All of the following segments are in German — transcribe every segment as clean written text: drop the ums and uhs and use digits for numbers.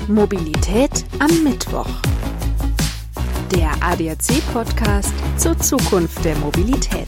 Mobilität am Mittwoch. Der ADAC-Podcast zur Zukunft der Mobilität.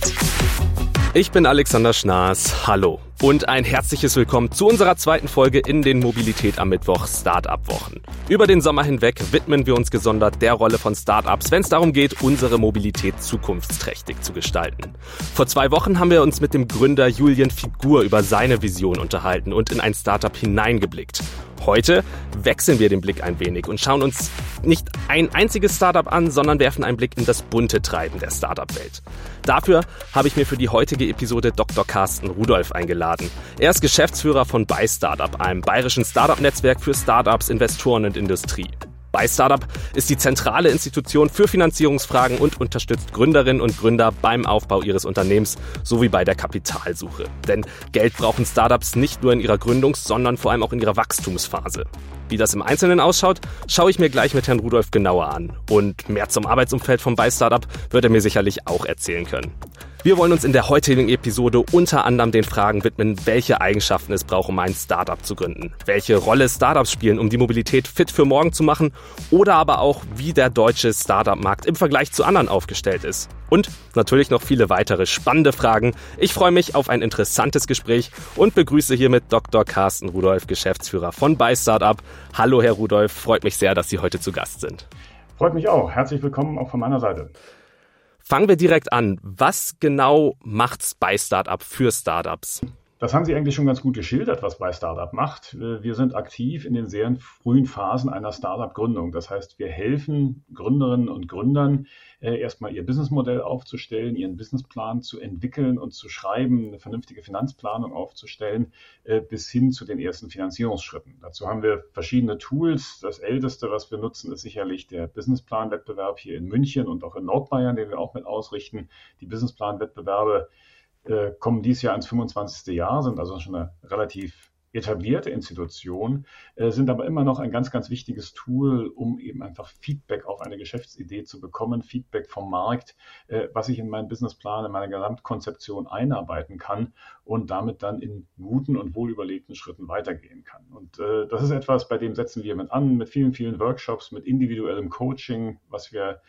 Ich bin Alexander Schnaas. Hallo und ein herzliches Willkommen zu unserer zweiten Folge in den Mobilität am Mittwoch Startup-Wochen. Über den Sommer hinweg widmen wir uns gesondert der Rolle von Startups, wenn es darum geht, unsere Mobilität zukunftsträchtig zu gestalten. Vor 2 Wochen haben wir uns mit dem Gründer Julian Figur über seine Vision unterhalten und in ein Startup hineingeblickt. Heute wechseln wir den Blick ein wenig und schauen uns nicht ein einziges Startup an, sondern werfen einen Blick in das bunte Treiben der Startup-Welt. Dafür habe ich mir für die heutige Episode Dr. Carsten Rudolph eingeladen. Er ist Geschäftsführer von ByStartup, einem bayerischen Startup-Netzwerk für Startups, Investoren und Industrie. ByStartup ist die zentrale Institution für Finanzierungsfragen und unterstützt Gründerinnen und Gründer beim Aufbau ihres Unternehmens sowie bei der Kapitalsuche. Denn Geld brauchen Startups nicht nur in ihrer Gründungs-, sondern vor allem auch in ihrer Wachstumsphase. Wie das im Einzelnen ausschaut, schaue ich mir gleich mit Herrn Rudolph genauer an. Und mehr zum Arbeitsumfeld von ByStartup wird er mir sicherlich auch erzählen können. Wir wollen uns in der heutigen Episode unter anderem den Fragen widmen, welche Eigenschaften es braucht, um ein Startup zu gründen, welche Rolle Startups spielen, um die Mobilität fit für morgen zu machen oder aber auch, wie der deutsche Startup-Markt im Vergleich zu anderen aufgestellt ist. Und natürlich noch viele weitere spannende Fragen. Ich freue mich auf ein interessantes Gespräch und begrüße hiermit Dr. Carsten Rudolph, Geschäftsführer von ByStartup. Hallo Herr Rudolph, freut mich sehr, dass Sie heute zu Gast sind. Freut mich auch. Herzlich willkommen auch von meiner Seite. Fangen wir direkt an. Was genau macht's ByStartup für Startups? Das haben Sie eigentlich schon ganz gut geschildert, was ByStartup macht. Wir sind aktiv in den sehr frühen Phasen einer Startup-Gründung. Das heißt, wir helfen Gründerinnen und Gründern, erstmal ihr Businessmodell aufzustellen, ihren Businessplan zu entwickeln und zu schreiben, eine vernünftige Finanzplanung aufzustellen, bis hin zu den ersten Finanzierungsschritten. Dazu haben wir verschiedene Tools. Das älteste, was wir nutzen, ist sicherlich der Businessplan-Wettbewerb hier in München und auch in Nordbayern, den wir auch mit ausrichten. Die Businessplan-Wettbewerbe kommen dieses Jahr ins 25. Jahr, sind also schon eine relativ etablierte Institution, sind aber immer noch ein ganz, ganz wichtiges Tool, um eben einfach Feedback auf eine Geschäftsidee zu bekommen, Feedback vom Markt, was ich in meinen Businessplan, in meine Gesamtkonzeption einarbeiten kann und damit dann in guten und wohlüberlegten Schritten weitergehen kann. Und das ist etwas, bei dem setzen wir mit vielen, vielen Workshops, mit individuellem Coaching, was wir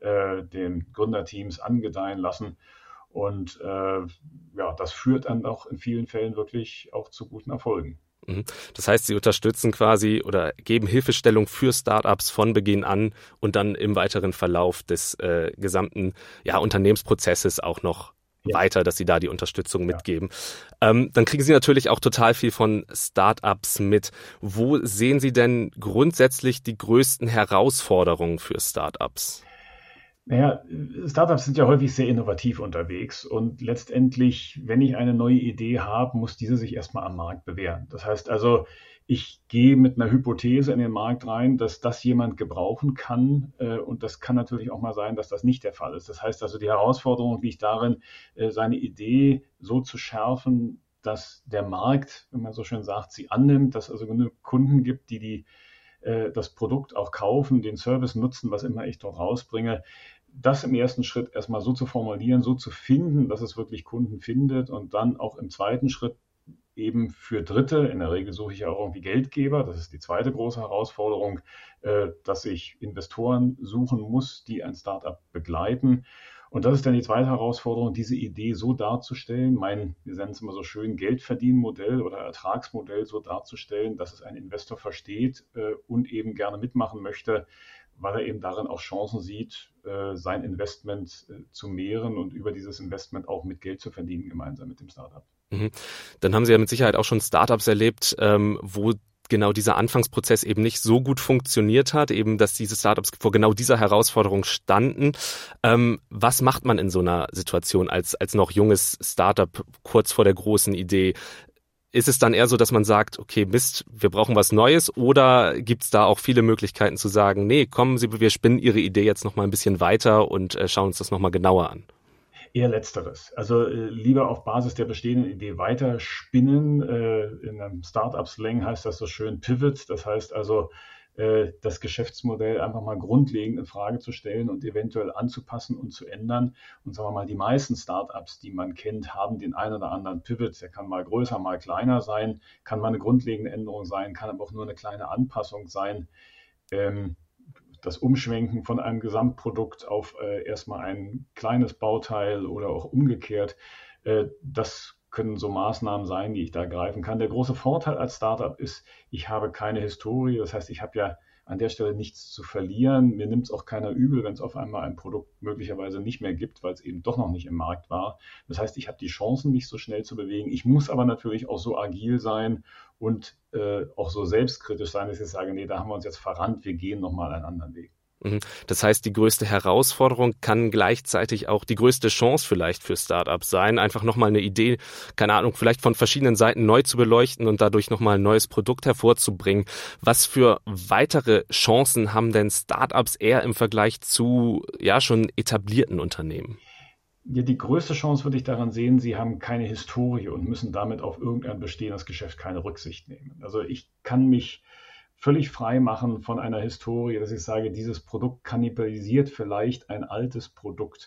den Gründerteams angedeihen lassen. Und das führt dann auch in vielen Fällen wirklich auch zu guten Erfolgen. Das heißt, Sie unterstützen quasi oder geben Hilfestellung für Startups von Beginn an und dann im weiteren Verlauf des gesamten Unternehmensprozesses auch noch weiter, dass Sie da die Unterstützung mitgeben. Dann kriegen Sie natürlich auch total viel von Startups mit. Wo sehen Sie denn grundsätzlich die größten Herausforderungen für Startups? Naja, Startups sind ja häufig sehr innovativ unterwegs und letztendlich, wenn ich eine neue Idee habe, muss diese sich erstmal am Markt bewähren. Das heißt also, ich gehe mit einer Hypothese in den Markt rein, dass das jemand gebrauchen kann und das kann natürlich auch mal sein, dass das nicht der Fall ist. Das heißt also, die Herausforderung liegt darin, seine Idee so zu schärfen, dass der Markt, wenn man so schön sagt, sie annimmt, dass also genug Kunden gibt, die das Produkt auch kaufen, den Service nutzen, was immer ich dort rausbringe. Das im ersten Schritt erstmal so zu formulieren, so zu finden, dass es wirklich Kunden findet und dann auch im zweiten Schritt eben für Dritte, in der Regel suche ich ja auch irgendwie Geldgeber, das ist die zweite große Herausforderung, dass ich Investoren suchen muss, die ein Startup begleiten. Und das ist dann die zweite Herausforderung, diese Idee so darzustellen, wir nennen es immer so schön, Geldverdienmodell oder Ertragsmodell so darzustellen, dass es ein Investor versteht und eben gerne mitmachen möchte, weil er eben darin auch Chancen sieht, sein Investment zu mehren und über dieses Investment auch mit Geld zu verdienen, gemeinsam mit dem Startup. Dann haben Sie ja mit Sicherheit auch schon Startups erlebt, wo genau dieser Anfangsprozess eben nicht so gut funktioniert hat, eben dass diese Startups vor genau dieser Herausforderung standen. Was macht man in so einer Situation als noch junges Startup kurz vor der großen Idee? Ist es dann eher so, dass man sagt, okay, Mist, wir brauchen was Neues, oder gibt es da auch viele Möglichkeiten zu sagen, nee, kommen Sie, wir spinnen Ihre Idee jetzt noch mal ein bisschen weiter und schauen uns das noch mal genauer an? Eher Letzteres. Also lieber auf Basis der bestehenden Idee weiter spinnen. In einem Startup-Slang heißt das so schön Pivot. Das heißt also, das Geschäftsmodell einfach mal grundlegend in Frage zu stellen und eventuell anzupassen und zu ändern. Und sagen wir mal, die meisten Startups, die man kennt, haben den einen oder anderen Pivot. Der kann mal größer, mal kleiner sein, kann mal eine grundlegende Änderung sein, kann aber auch nur eine kleine Anpassung sein. Das Umschwenken von einem Gesamtprodukt auf erstmal ein kleines Bauteil oder auch umgekehrt, das können so Maßnahmen sein, die ich da ergreifen kann. Der große Vorteil als Startup ist, ich habe keine Historie. Das heißt, ich habe ja an der Stelle nichts zu verlieren. Mir nimmt es auch keiner übel, wenn es auf einmal ein Produkt möglicherweise nicht mehr gibt, weil es eben doch noch nicht im Markt war. Das heißt, ich habe die Chancen, mich so schnell zu bewegen. Ich muss aber natürlich auch so agil sein und auch so selbstkritisch sein, dass ich sage, nee, da haben wir uns jetzt verrannt, wir gehen nochmal einen anderen Weg. Das heißt, die größte Herausforderung kann gleichzeitig auch die größte Chance vielleicht für Startups sein, einfach nochmal eine Idee, keine Ahnung, vielleicht von verschiedenen Seiten neu zu beleuchten und dadurch nochmal ein neues Produkt hervorzubringen. Was für weitere Chancen haben denn Startups eher im Vergleich zu schon etablierten Unternehmen? Ja, die größte Chance würde ich daran sehen, sie haben keine Historie und müssen damit auf irgendein bestehendes Geschäft keine Rücksicht nehmen. Also ich kann mich völlig frei machen von einer Historie, dass ich sage, dieses Produkt kannibalisiert vielleicht ein altes Produkt.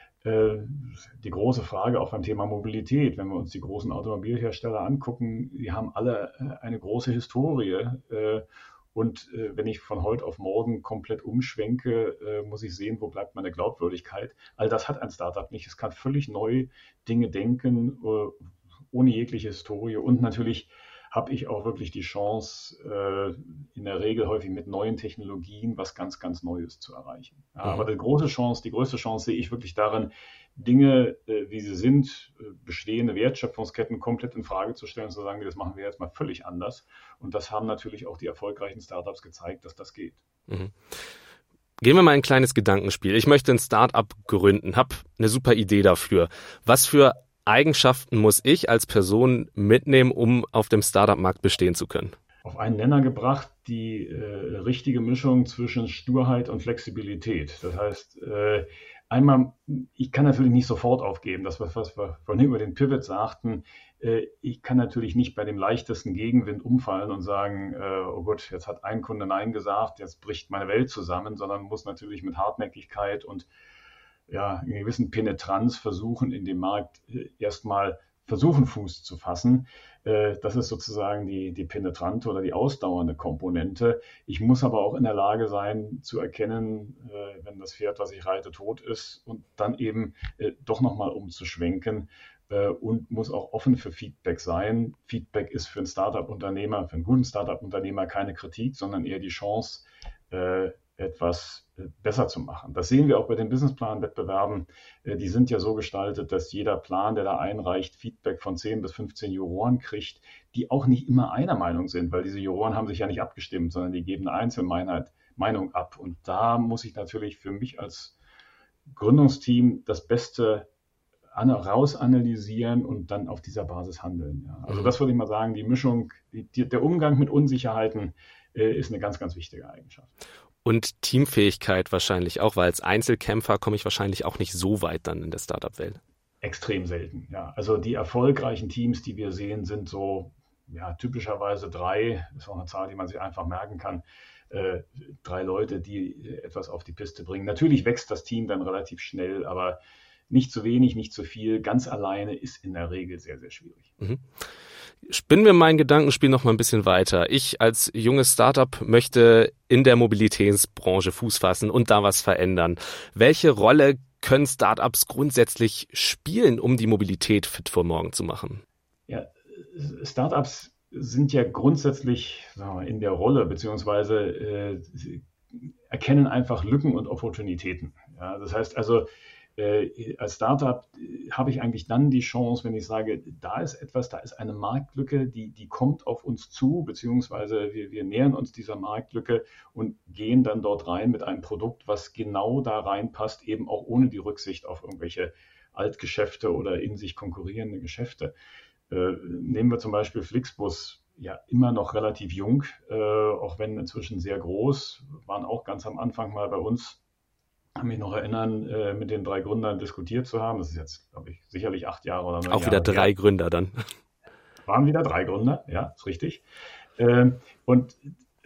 Die große Frage auch beim Thema Mobilität, wenn wir uns die großen Automobilhersteller angucken, die haben alle eine große Historie. Und wenn ich von heute auf morgen komplett umschwenke, muss ich sehen, wo bleibt meine Glaubwürdigkeit. All das hat ein Startup nicht. Es kann völlig neu Dinge denken, ohne jegliche Historie. Und natürlich habe ich auch wirklich die Chance, in der Regel häufig mit neuen Technologien was ganz, ganz Neues zu erreichen. Ja, aber die größte Chance sehe ich wirklich darin, Dinge, wie sie sind, bestehende Wertschöpfungsketten komplett in Frage zu stellen und zu sagen, das machen wir jetzt mal völlig anders. Und das haben natürlich auch die erfolgreichen Startups gezeigt, dass das geht. Mhm. Gehen wir mal ein kleines Gedankenspiel. Ich möchte ein Startup gründen, habe eine super Idee dafür. Was für Eigenschaften muss ich als Person mitnehmen, um auf dem Startup-Markt bestehen zu können? Auf einen Nenner gebracht, die richtige Mischung zwischen Sturheit und Flexibilität. Das heißt, einmal, ich kann natürlich nicht sofort aufgeben, das, was wir vorhin über den Pivot sagten, ich kann natürlich nicht bei dem leichtesten Gegenwind umfallen und sagen, oh Gott, jetzt hat ein Kunde Nein gesagt, jetzt bricht meine Welt zusammen, sondern muss natürlich mit Hartnäckigkeit und einer gewissen Penetranz versuchen, in dem Markt erstmal Fuß zu fassen. Das ist sozusagen die penetrante oder die ausdauernde Komponente. Ich muss aber auch in der Lage sein, zu erkennen, wenn das Pferd, was ich reite, tot ist und dann eben doch nochmal umzuschwenken und muss auch offen für Feedback sein. Feedback ist für einen Startup-Unternehmer, für einen guten Startup-Unternehmer keine Kritik, sondern eher die Chance, etwas besser zu machen. Das sehen wir auch bei den Businessplan-Wettbewerben. Die sind ja so gestaltet, dass jeder Plan, der da einreicht, Feedback von 10 bis 15 Juroren kriegt, die auch nicht immer einer Meinung sind, weil diese Juroren haben sich ja nicht abgestimmt, sondern die geben eine Einzelmeinung ab. Und da muss ich natürlich für mich als Gründungsteam das Beste rausanalysieren und dann auf dieser Basis handeln. Ja. Also das würde ich mal sagen, die Mischung, der Umgang mit Unsicherheiten ist eine ganz, ganz wichtige Eigenschaft. Und Teamfähigkeit wahrscheinlich auch, weil als Einzelkämpfer komme ich wahrscheinlich auch nicht so weit dann in der Startup-Welt. Extrem selten, ja. Also die erfolgreichen Teams, die wir sehen, sind so typischerweise 3, das ist auch eine Zahl, die man sich einfach merken kann, 3 Leute, die etwas auf die Piste bringen. Natürlich wächst das Team dann relativ schnell, aber nicht zu wenig, nicht zu viel. Ganz alleine ist in der Regel sehr, sehr schwierig. Mhm. Spinnen wir mein Gedankenspiel noch mal ein bisschen weiter. Ich als junges Startup möchte in der Mobilitätsbranche Fuß fassen und da was verändern. Welche Rolle können Startups grundsätzlich spielen, um die Mobilität fit für morgen zu machen? Ja, Startups sind ja grundsätzlich in der Rolle, beziehungsweise erkennen einfach Lücken und Opportunitäten. Ja, das heißt also, als Startup habe ich eigentlich dann die Chance, wenn ich sage, da ist eine Marktlücke, die kommt auf uns zu, beziehungsweise wir nähern uns dieser Marktlücke und gehen dann dort rein mit einem Produkt, was genau da reinpasst, eben auch ohne die Rücksicht auf irgendwelche Altgeschäfte oder in sich konkurrierende Geschäfte. Nehmen wir zum Beispiel Flixbus, ja immer noch relativ jung, auch wenn inzwischen sehr groß, waren auch ganz am Anfang mal bei uns. Kann mich noch erinnern, mit den 3 Gründern diskutiert zu haben. Das ist jetzt, glaube ich, sicherlich 8 Jahre oder 9 Jahre. Auch wieder 3 Gründer dann. Waren wieder 3 Gründer, ja, ist richtig. Und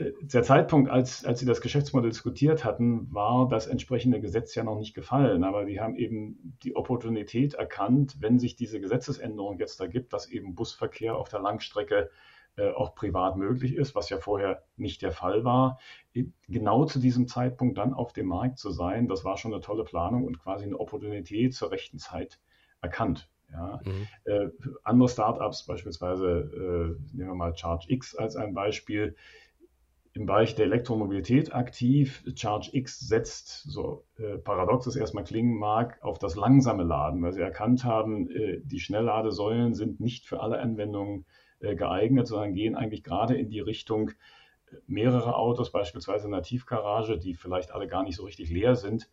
der Zeitpunkt, als sie das Geschäftsmodell diskutiert hatten, war das entsprechende Gesetz ja noch nicht gefallen. Aber die haben eben die Opportunität erkannt, wenn sich diese Gesetzesänderung jetzt ergibt, dass eben Busverkehr auf der Langstrecke auch privat möglich ist, was ja vorher nicht der Fall war. Genau zu diesem Zeitpunkt dann auf dem Markt zu sein, das war schon eine tolle Planung und quasi eine Opportunität zur rechten Zeit erkannt. Ja. Andere Startups, beispielsweise nehmen wir mal ChargeX als ein Beispiel, im Bereich der Elektromobilität aktiv. ChargeX setzt, so paradox es erstmal klingen mag, auf das langsame Laden, weil sie erkannt haben, die Schnellladesäulen sind nicht für alle Anwendungen geeignet, sondern gehen eigentlich gerade in die Richtung mehrere Autos, beispielsweise in einer Tiefgarage, die vielleicht alle gar nicht so richtig leer sind,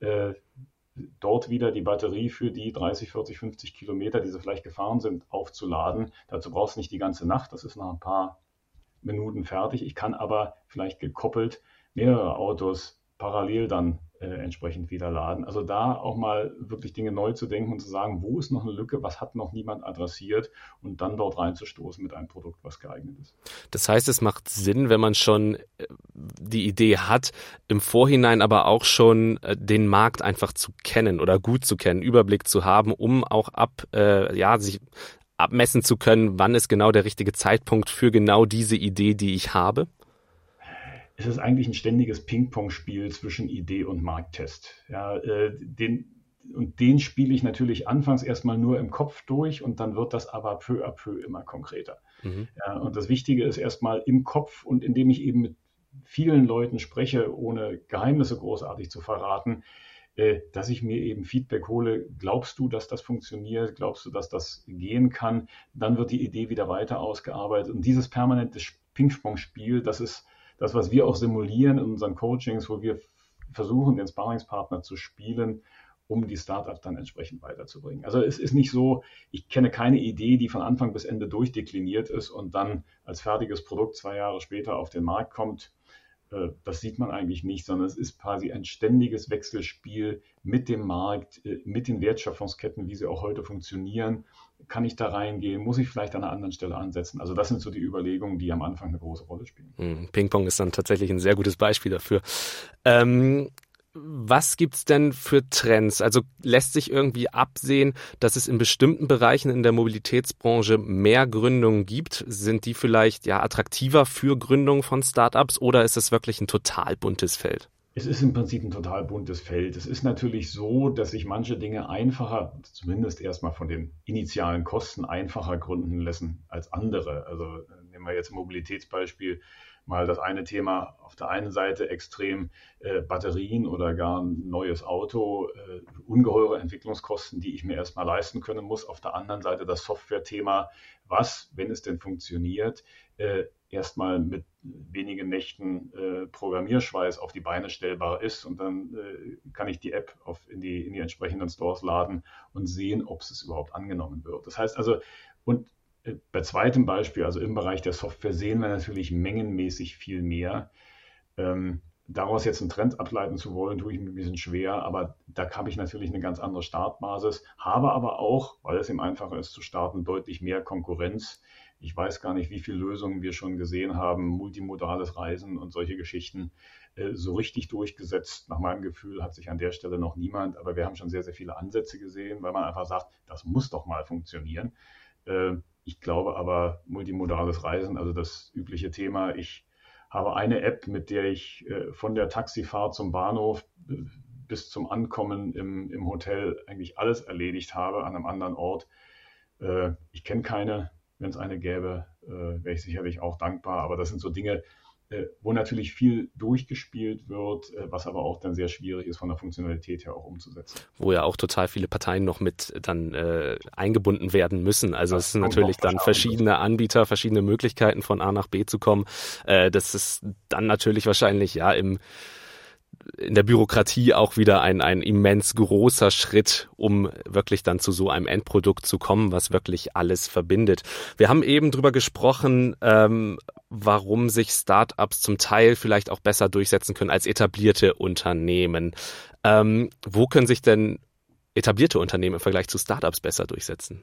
dort wieder die Batterie für die 30, 40, 50 Kilometer, die sie vielleicht gefahren sind, aufzuladen. Dazu brauchst du nicht die ganze Nacht, das ist nach ein paar Minuten fertig. Ich kann aber vielleicht gekoppelt mehrere Autos parallel dann entsprechend wieder laden. Also da auch mal wirklich Dinge neu zu denken und zu sagen, wo ist noch eine Lücke, was hat noch niemand adressiert und dann dort reinzustoßen mit einem Produkt, was geeignet ist. Das heißt, es macht Sinn, wenn man schon die Idee hat, im Vorhinein aber auch schon den Markt einfach zu kennen oder gut zu kennen, Überblick zu haben, um auch sich abmessen zu können, wann ist genau der richtige Zeitpunkt für genau diese Idee, die ich habe? Es ist eigentlich ein ständiges Ping-Pong-Spiel zwischen Idee und Markttest. Ja, den spiele ich natürlich anfangs erstmal nur im Kopf durch und dann wird das aber peu à peu immer konkreter. Ja, und das Wichtige ist erstmal im Kopf und indem ich eben mit vielen Leuten spreche, ohne Geheimnisse großartig zu verraten, dass ich mir eben Feedback hole. Glaubst du, dass das funktioniert? Glaubst du, dass das gehen kann? Dann wird die Idee wieder weiter ausgearbeitet. Und dieses permanente Ping-Pong-Spiel, das ist das, was wir auch simulieren in unseren Coachings, wo wir versuchen, den Sparringspartner zu spielen, um die Startups dann entsprechend weiterzubringen. Also es ist nicht so, ich kenne keine Idee, die von Anfang bis Ende durchdekliniert ist und dann als fertiges Produkt 2 Jahre später auf den Markt kommt. Das sieht man eigentlich nicht, sondern es ist quasi ein ständiges Wechselspiel mit dem Markt, mit den Wertschöpfungsketten, wie sie auch heute funktionieren. Kann ich da reingehen? Muss ich vielleicht an einer anderen Stelle ansetzen? Also das sind so die Überlegungen, die am Anfang eine große Rolle spielen. Ping-Pong ist dann tatsächlich ein sehr gutes Beispiel dafür. Was gibt's denn für Trends? Also lässt sich irgendwie absehen, dass es in bestimmten Bereichen in der Mobilitätsbranche mehr Gründungen gibt? Sind die vielleicht attraktiver für Gründungen von Startups oder ist es wirklich ein total buntes Feld? Es ist im Prinzip ein total buntes Feld. Es ist natürlich so, dass sich manche Dinge einfacher, zumindest erstmal von den initialen Kosten, einfacher gründen lassen als andere. Also nehmen wir jetzt ein Mobilitätsbeispiel. Mal das eine Thema auf der einen Seite extrem Batterien oder gar ein neues Auto, ungeheure Entwicklungskosten, die ich mir erstmal leisten können muss. Auf der anderen Seite das Software-Thema, was, wenn es denn funktioniert, erstmal mit wenigen Nächten Programmierschweiß auf die Beine stellbar ist und dann kann ich die App in die entsprechenden Stores laden und sehen, ob es überhaupt angenommen wird. Das heißt also, und bei zweitem Beispiel, also im Bereich der Software, sehen wir natürlich mengenmäßig viel mehr. Daraus jetzt einen Trend ableiten zu wollen, tue ich mir ein bisschen schwer, aber da habe ich natürlich eine ganz andere Startbasis, habe aber auch, weil es eben einfacher ist zu starten, deutlich mehr Konkurrenz. Ich weiß gar nicht, wie viele Lösungen wir schon gesehen haben, multimodales Reisen und solche Geschichten. So richtig durchgesetzt, nach meinem Gefühl, hat sich an der Stelle noch niemand, aber wir haben schon sehr, sehr viele Ansätze gesehen, weil man einfach sagt, das muss doch mal funktionieren. Ich glaube aber, multimodales Reisen, also das übliche Thema, ich habe eine App, mit der ich von der Taxifahrt zum Bahnhof bis zum Ankommen im Hotel eigentlich alles erledigt habe an einem anderen Ort. Ich kenne keine, wenn es eine gäbe, wäre ich sicherlich auch dankbar, aber das sind so Dinge, wo natürlich viel durchgespielt wird, was aber auch dann sehr schwierig ist, von der Funktionalität her auch umzusetzen. Wo ja auch total viele Parteien noch mit dann eingebunden werden müssen. Also es sind natürlich dann verschiedene Anbieter, verschiedene Möglichkeiten von A nach B zu kommen. Das ist dann natürlich wahrscheinlich in der Bürokratie auch wieder ein immens großer Schritt, um wirklich dann zu so einem Endprodukt zu kommen, was wirklich alles verbindet. Wir haben eben drüber gesprochen, warum sich Startups zum Teil vielleicht auch besser durchsetzen können als etablierte Unternehmen. Wo können sich denn etablierte Unternehmen im Vergleich zu Startups besser durchsetzen?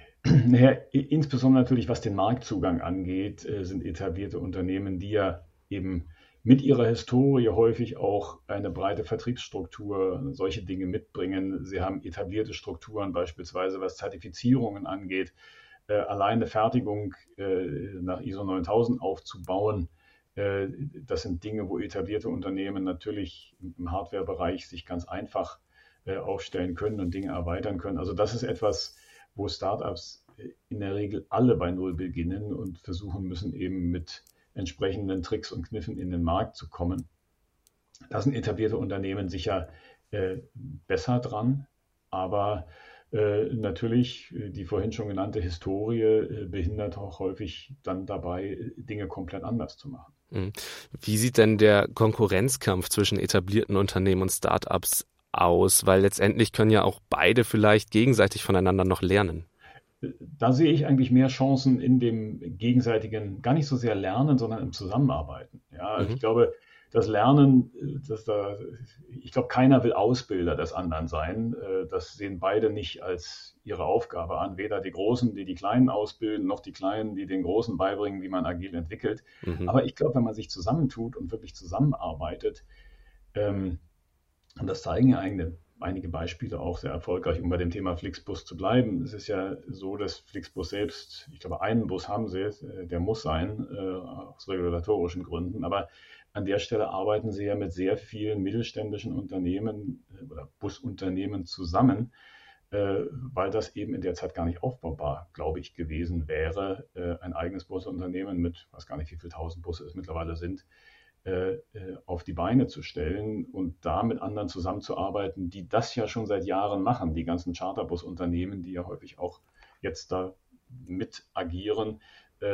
Naja, insbesondere natürlich, was den Marktzugang angeht, sind etablierte Unternehmen, die ja eben mit ihrer Historie häufig auch eine breite Vertriebsstruktur, solche Dinge mitbringen. Sie haben etablierte Strukturen, beispielsweise was Zertifizierungen angeht. Alleine Fertigung nach ISO 9000 aufzubauen, das sind Dinge, wo etablierte Unternehmen natürlich im Hardware-Bereich sich ganz einfach aufstellen können und Dinge erweitern können. Also das ist etwas, wo Startups in der Regel alle bei Null beginnen und versuchen müssen, eben mit entsprechenden Tricks und Kniffen in den Markt zu kommen. Da sind etablierte Unternehmen sicher besser dran, aber natürlich die vorhin schon genannte Historie behindert auch häufig dann dabei, Dinge komplett anders zu machen. Wie sieht denn der Konkurrenzkampf zwischen etablierten Unternehmen und Startups aus? Weil letztendlich können ja auch beide vielleicht gegenseitig voneinander noch lernen. Da sehe ich eigentlich mehr Chancen in dem gegenseitigen, gar nicht so sehr Lernen, sondern im Zusammenarbeiten. Ja, also ich glaube, das Lernen, ich glaube, keiner will Ausbilder des anderen sein. Das sehen beide nicht als ihre Aufgabe an. Weder die Großen, die die Kleinen ausbilden, noch die Kleinen, die den Großen beibringen, wie man agil entwickelt. Aber ich glaube, wenn man sich zusammentut und wirklich zusammenarbeitet, und das zeigen ja einige Beispiele auch sehr erfolgreich, um bei dem Thema Flixbus zu bleiben. Es ist ja so, dass Flixbus selbst, ich glaube, einen Bus haben sie, der muss sein, aus regulatorischen Gründen, aber an der Stelle arbeiten sie ja mit sehr vielen mittelständischen Unternehmen oder Busunternehmen zusammen, weil das eben in der Zeit gar nicht aufbaubar, glaube ich, gewesen wäre, ein eigenes Busunternehmen mit, ich weiß gar nicht, wie viele tausend Busse es mittlerweile sind, auf die Beine zu stellen und da mit anderen zusammenzuarbeiten, die das ja schon seit Jahren machen. Die ganzen Charterbusunternehmen, die ja häufig auch jetzt da mit agieren,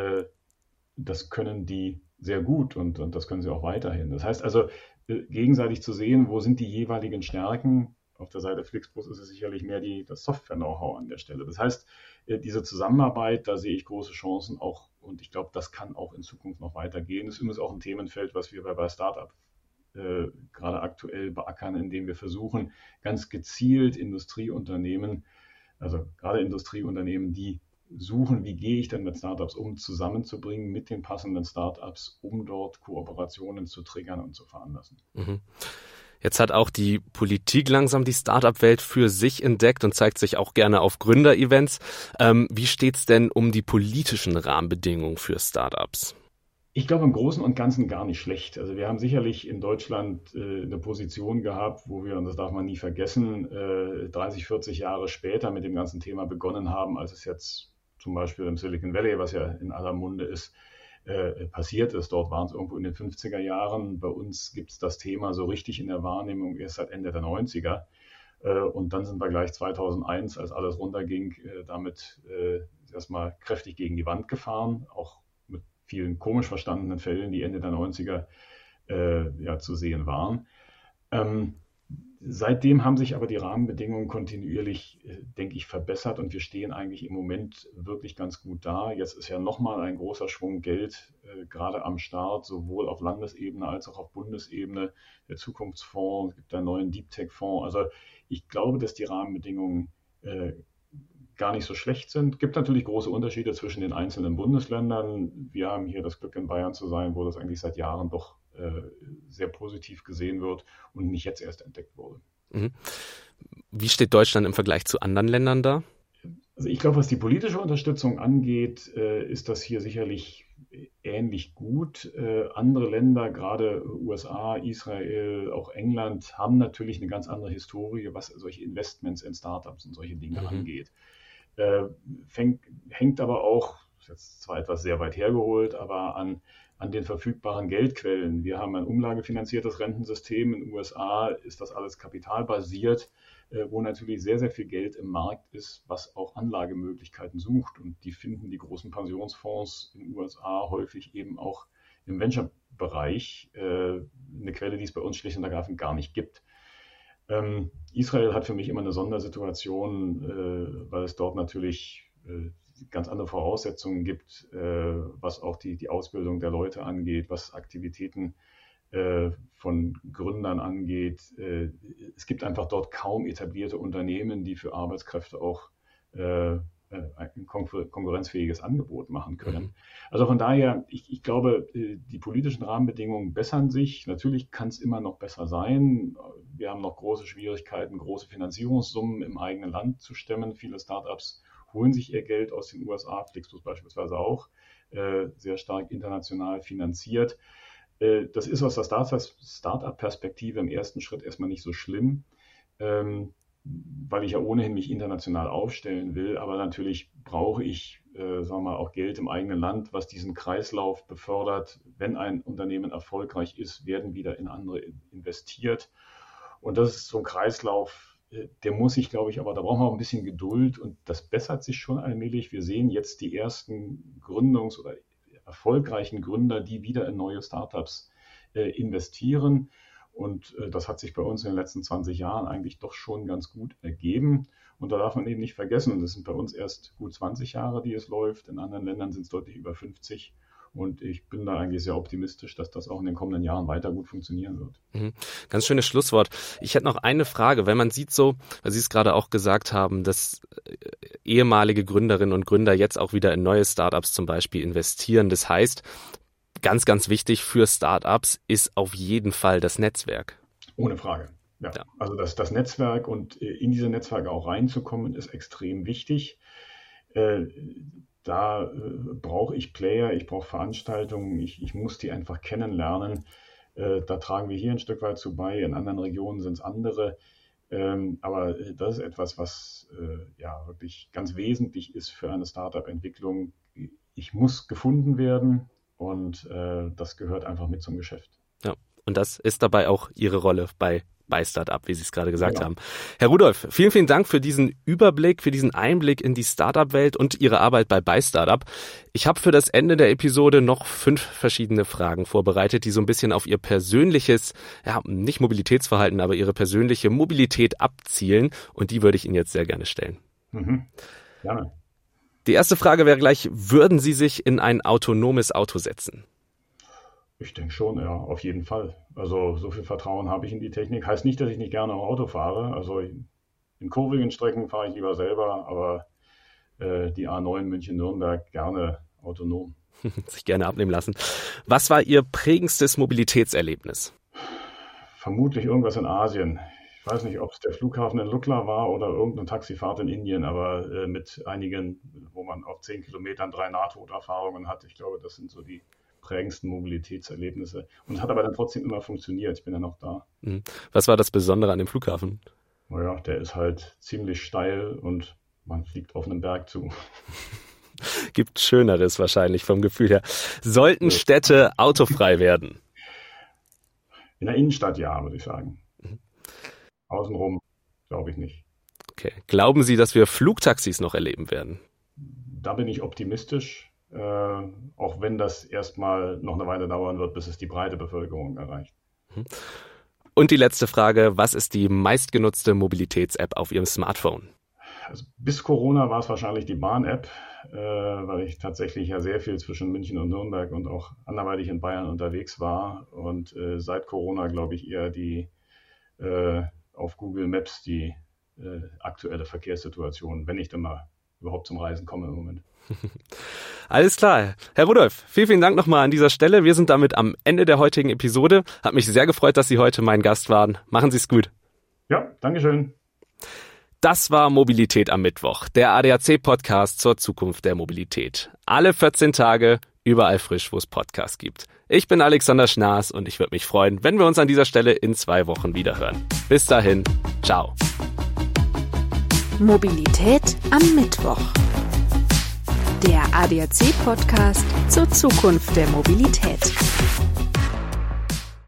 das können die sehr gut und das können sie auch weiterhin. Das heißt also, gegenseitig zu sehen, wo sind die jeweiligen Stärken. Auf der Seite Flixbus ist es sicherlich mehr das Software-Know-how an der Stelle. Das heißt, diese Zusammenarbeit, da sehe ich große Chancen auch und ich glaube, das kann auch in Zukunft noch weitergehen. Das ist übrigens auch ein Themenfeld, was wir bei Startup gerade aktuell beackern, indem wir versuchen, ganz gezielt Industrieunternehmen, also gerade Industrieunternehmen, die suchen, wie gehe ich denn mit Startups um, zusammenzubringen mit den passenden Startups, um dort Kooperationen zu triggern und zu veranlassen. Jetzt hat auch die Politik langsam die Startup-Welt für sich entdeckt und zeigt sich auch gerne auf Gründerevents. Wie steht's denn um die politischen Rahmenbedingungen für Startups? Ich glaube im Großen und Ganzen gar nicht schlecht. Also wir haben sicherlich in Deutschland eine Position gehabt, wo wir, und das darf man nie vergessen, 30, 40 Jahre später mit dem ganzen Thema begonnen haben, als es jetzt zum Beispiel im Silicon Valley, was ja in aller Munde ist, passiert ist. Dort waren es irgendwo in den 50er Jahren. Bei uns gibt es das Thema so richtig in der Wahrnehmung erst seit Ende der 90er. Und dann sind wir gleich 2001, als alles runterging, damit erstmal kräftig gegen die Wand gefahren, auch mit vielen komisch verstandenen Fällen, die Ende der 90er zu sehen waren. Seitdem haben sich aber die Rahmenbedingungen kontinuierlich, denke ich, verbessert und wir stehen eigentlich im Moment wirklich ganz gut da. Jetzt ist ja nochmal ein großer Schwung Geld gerade am Start, sowohl auf Landesebene als auch auf Bundesebene. Der Zukunftsfonds, es gibt einen neuen Deep Tech Fonds. Also ich glaube, dass die Rahmenbedingungen gar nicht so schlecht sind. Es gibt natürlich große Unterschiede zwischen den einzelnen Bundesländern. Wir haben hier das Glück, in Bayern zu sein, wo das eigentlich seit Jahren doch sehr positiv gesehen wird und nicht jetzt erst entdeckt wurde. Wie steht Deutschland im Vergleich zu anderen Ländern da? Also ich glaube, was die politische Unterstützung angeht, ist das hier sicherlich ähnlich gut. Andere Länder, gerade USA, Israel, auch England, haben natürlich eine ganz andere Historie, was solche Investments in Startups und solche Dinge angeht. Hängt aber auch, ist jetzt zwar etwas sehr weit hergeholt, aber an den verfügbaren Geldquellen. Wir haben ein umlagefinanziertes Rentensystem. In den USA ist das alles kapitalbasiert, wo natürlich sehr, sehr viel Geld im Markt ist, was auch Anlagemöglichkeiten sucht. Und die finden die großen Pensionsfonds in den USA häufig eben auch im Venture-Bereich. Eine Quelle, die es bei uns schlicht und ergreifend gar nicht gibt. Israel hat für mich immer eine Sondersituation, weil es dort natürlich ganz andere Voraussetzungen gibt, was auch die Ausbildung der Leute angeht, was Aktivitäten von Gründern angeht. Es gibt einfach dort kaum etablierte Unternehmen, die für Arbeitskräfte auch ein konkurrenzfähiges Angebot machen können. Also von daher, ich glaube, die politischen Rahmenbedingungen bessern sich. Natürlich kann es immer noch besser sein. Wir haben noch große Schwierigkeiten, große Finanzierungssummen im eigenen Land zu stemmen. Viele Startups holen sich ihr Geld aus den USA, Flixbus beispielsweise auch, sehr stark international finanziert. Das ist aus der Startup-Perspektive im ersten Schritt erstmal nicht so schlimm, weil ich ja ohnehin mich international aufstellen will. Aber natürlich brauche ich, sagen wir mal, auch Geld im eigenen Land, was diesen Kreislauf befördert. Wenn ein Unternehmen erfolgreich ist, werden wieder in andere investiert. Und das ist so ein Kreislauf, der muss sich, glaube ich, aber da brauchen wir auch ein bisschen Geduld und das bessert sich schon allmählich. Wir sehen jetzt die ersten oder erfolgreichen Gründer, die wieder in neue Startups investieren. Und das hat sich bei uns in den letzten 20 Jahren eigentlich doch schon ganz gut ergeben. Und da darf man eben nicht vergessen, und das sind bei uns erst gut 20 Jahre, die es läuft. In anderen Ländern sind es deutlich über 50. Und ich bin da eigentlich sehr optimistisch, dass das auch in den kommenden Jahren weiter gut funktionieren wird. Ganz schönes Schlusswort. Ich hätte noch eine Frage. Wenn man sieht so, weil Sie es gerade auch gesagt haben, dass ehemalige Gründerinnen und Gründer jetzt auch wieder in neue Startups zum Beispiel investieren. Das heißt, ganz, ganz wichtig für Startups ist auf jeden Fall das Netzwerk. Ohne Frage. Ja. Also das Netzwerk und in diese Netzwerke auch reinzukommen, ist extrem wichtig. Da brauche ich Player, ich brauche Veranstaltungen, ich muss die einfach kennenlernen. Da tragen wir hier ein Stück weit zu bei, in anderen Regionen sind es andere. Aber das ist etwas, was wirklich ganz wesentlich ist für eine Startup-Entwicklung. Ich muss gefunden werden und das gehört einfach mit zum Geschäft. Ja, und das ist dabei auch Ihre Rolle bei Startup, wie Sie es gerade gesagt haben. Herr Rudolph, vielen, vielen Dank für diesen Überblick, für diesen Einblick in die Startup-Welt und Ihre Arbeit bei Startup. Ich habe für das Ende der Episode noch 5 verschiedene Fragen vorbereitet, die so ein bisschen auf Ihr persönliches, nicht Mobilitätsverhalten, aber Ihre persönliche Mobilität abzielen und die würde ich Ihnen jetzt sehr gerne stellen. Gerne. Die erste Frage wäre gleich, würden Sie sich in ein autonomes Auto setzen? Ich denke schon, ja, auf jeden Fall. Also so viel Vertrauen habe ich in die Technik. Heißt nicht, dass ich nicht gerne Auto fahre. Also in kurvigen Strecken fahre ich lieber selber, aber die A9 München-Nürnberg gerne autonom. Sich gerne abnehmen lassen. Was war Ihr prägendstes Mobilitätserlebnis? Vermutlich irgendwas in Asien. Ich weiß nicht, ob es der Flughafen in Lukla war oder irgendeine Taxifahrt in Indien, aber mit einigen, wo man auf 10 Kilometern 3 Nahtoderfahrungen hat. Ich glaube, das sind so die prägendsten Mobilitätserlebnisse. Und es hat aber dann trotzdem immer funktioniert. Ich bin ja noch da. Was war das Besondere an dem Flughafen? Naja, der ist halt ziemlich steil und man fliegt auf einen Berg zu. Gibt Schöneres wahrscheinlich vom Gefühl her. Sollten Städte autofrei werden? In der Innenstadt ja, würde ich sagen. Außenrum glaube ich nicht. Okay. Glauben Sie, dass wir Flugtaxis noch erleben werden? Da bin ich optimistisch. Auch wenn das erstmal noch eine Weile dauern wird, bis es die breite Bevölkerung erreicht. Und die letzte Frage, was ist die meistgenutzte Mobilitäts-App auf Ihrem Smartphone? Also bis Corona war es wahrscheinlich die Bahn-App, weil ich tatsächlich ja sehr viel zwischen München und Nürnberg und auch anderweitig in Bayern unterwegs war. Und seit Corona glaube ich eher die auf Google Maps die aktuelle Verkehrssituation, wenn ich dann mal überhaupt zum Reisen komme im Moment. Alles klar. Herr Rudolph, vielen, vielen Dank nochmal an dieser Stelle. Wir sind damit am Ende der heutigen Episode. Hat mich sehr gefreut, dass Sie heute mein Gast waren. Machen Sie es gut. Ja, Dankeschön. Das war Mobilität am Mittwoch, der ADAC-Podcast zur Zukunft der Mobilität. Alle 14 Tage, überall frisch, wo es Podcasts gibt. Ich bin Alexander Schnaas und ich würde mich freuen, wenn wir uns an dieser Stelle in 2 Wochen wieder hören. Bis dahin, ciao. Mobilität am Mittwoch. Der ADAC-Podcast zur Zukunft der Mobilität.